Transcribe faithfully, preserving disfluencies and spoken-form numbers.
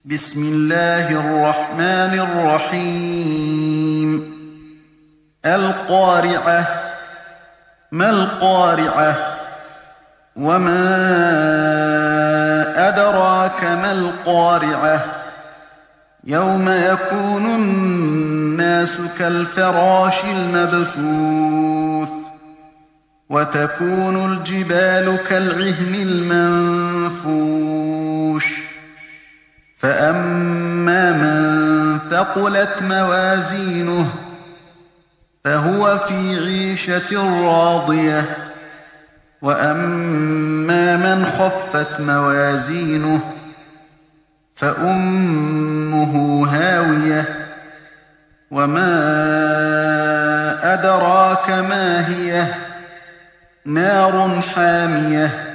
بسم الله الرحمن الرحيم القارعة ما القارعة وما أدراك ما القارعة يوم يكون الناس كالفراش المبثوث وتكون الجبال كالعهن المنفوش فأما من ثقلت موازينه فهو في عيشة راضية وأما من خفت موازينه فأمه هاوية وما أدراك ما هي نار حامية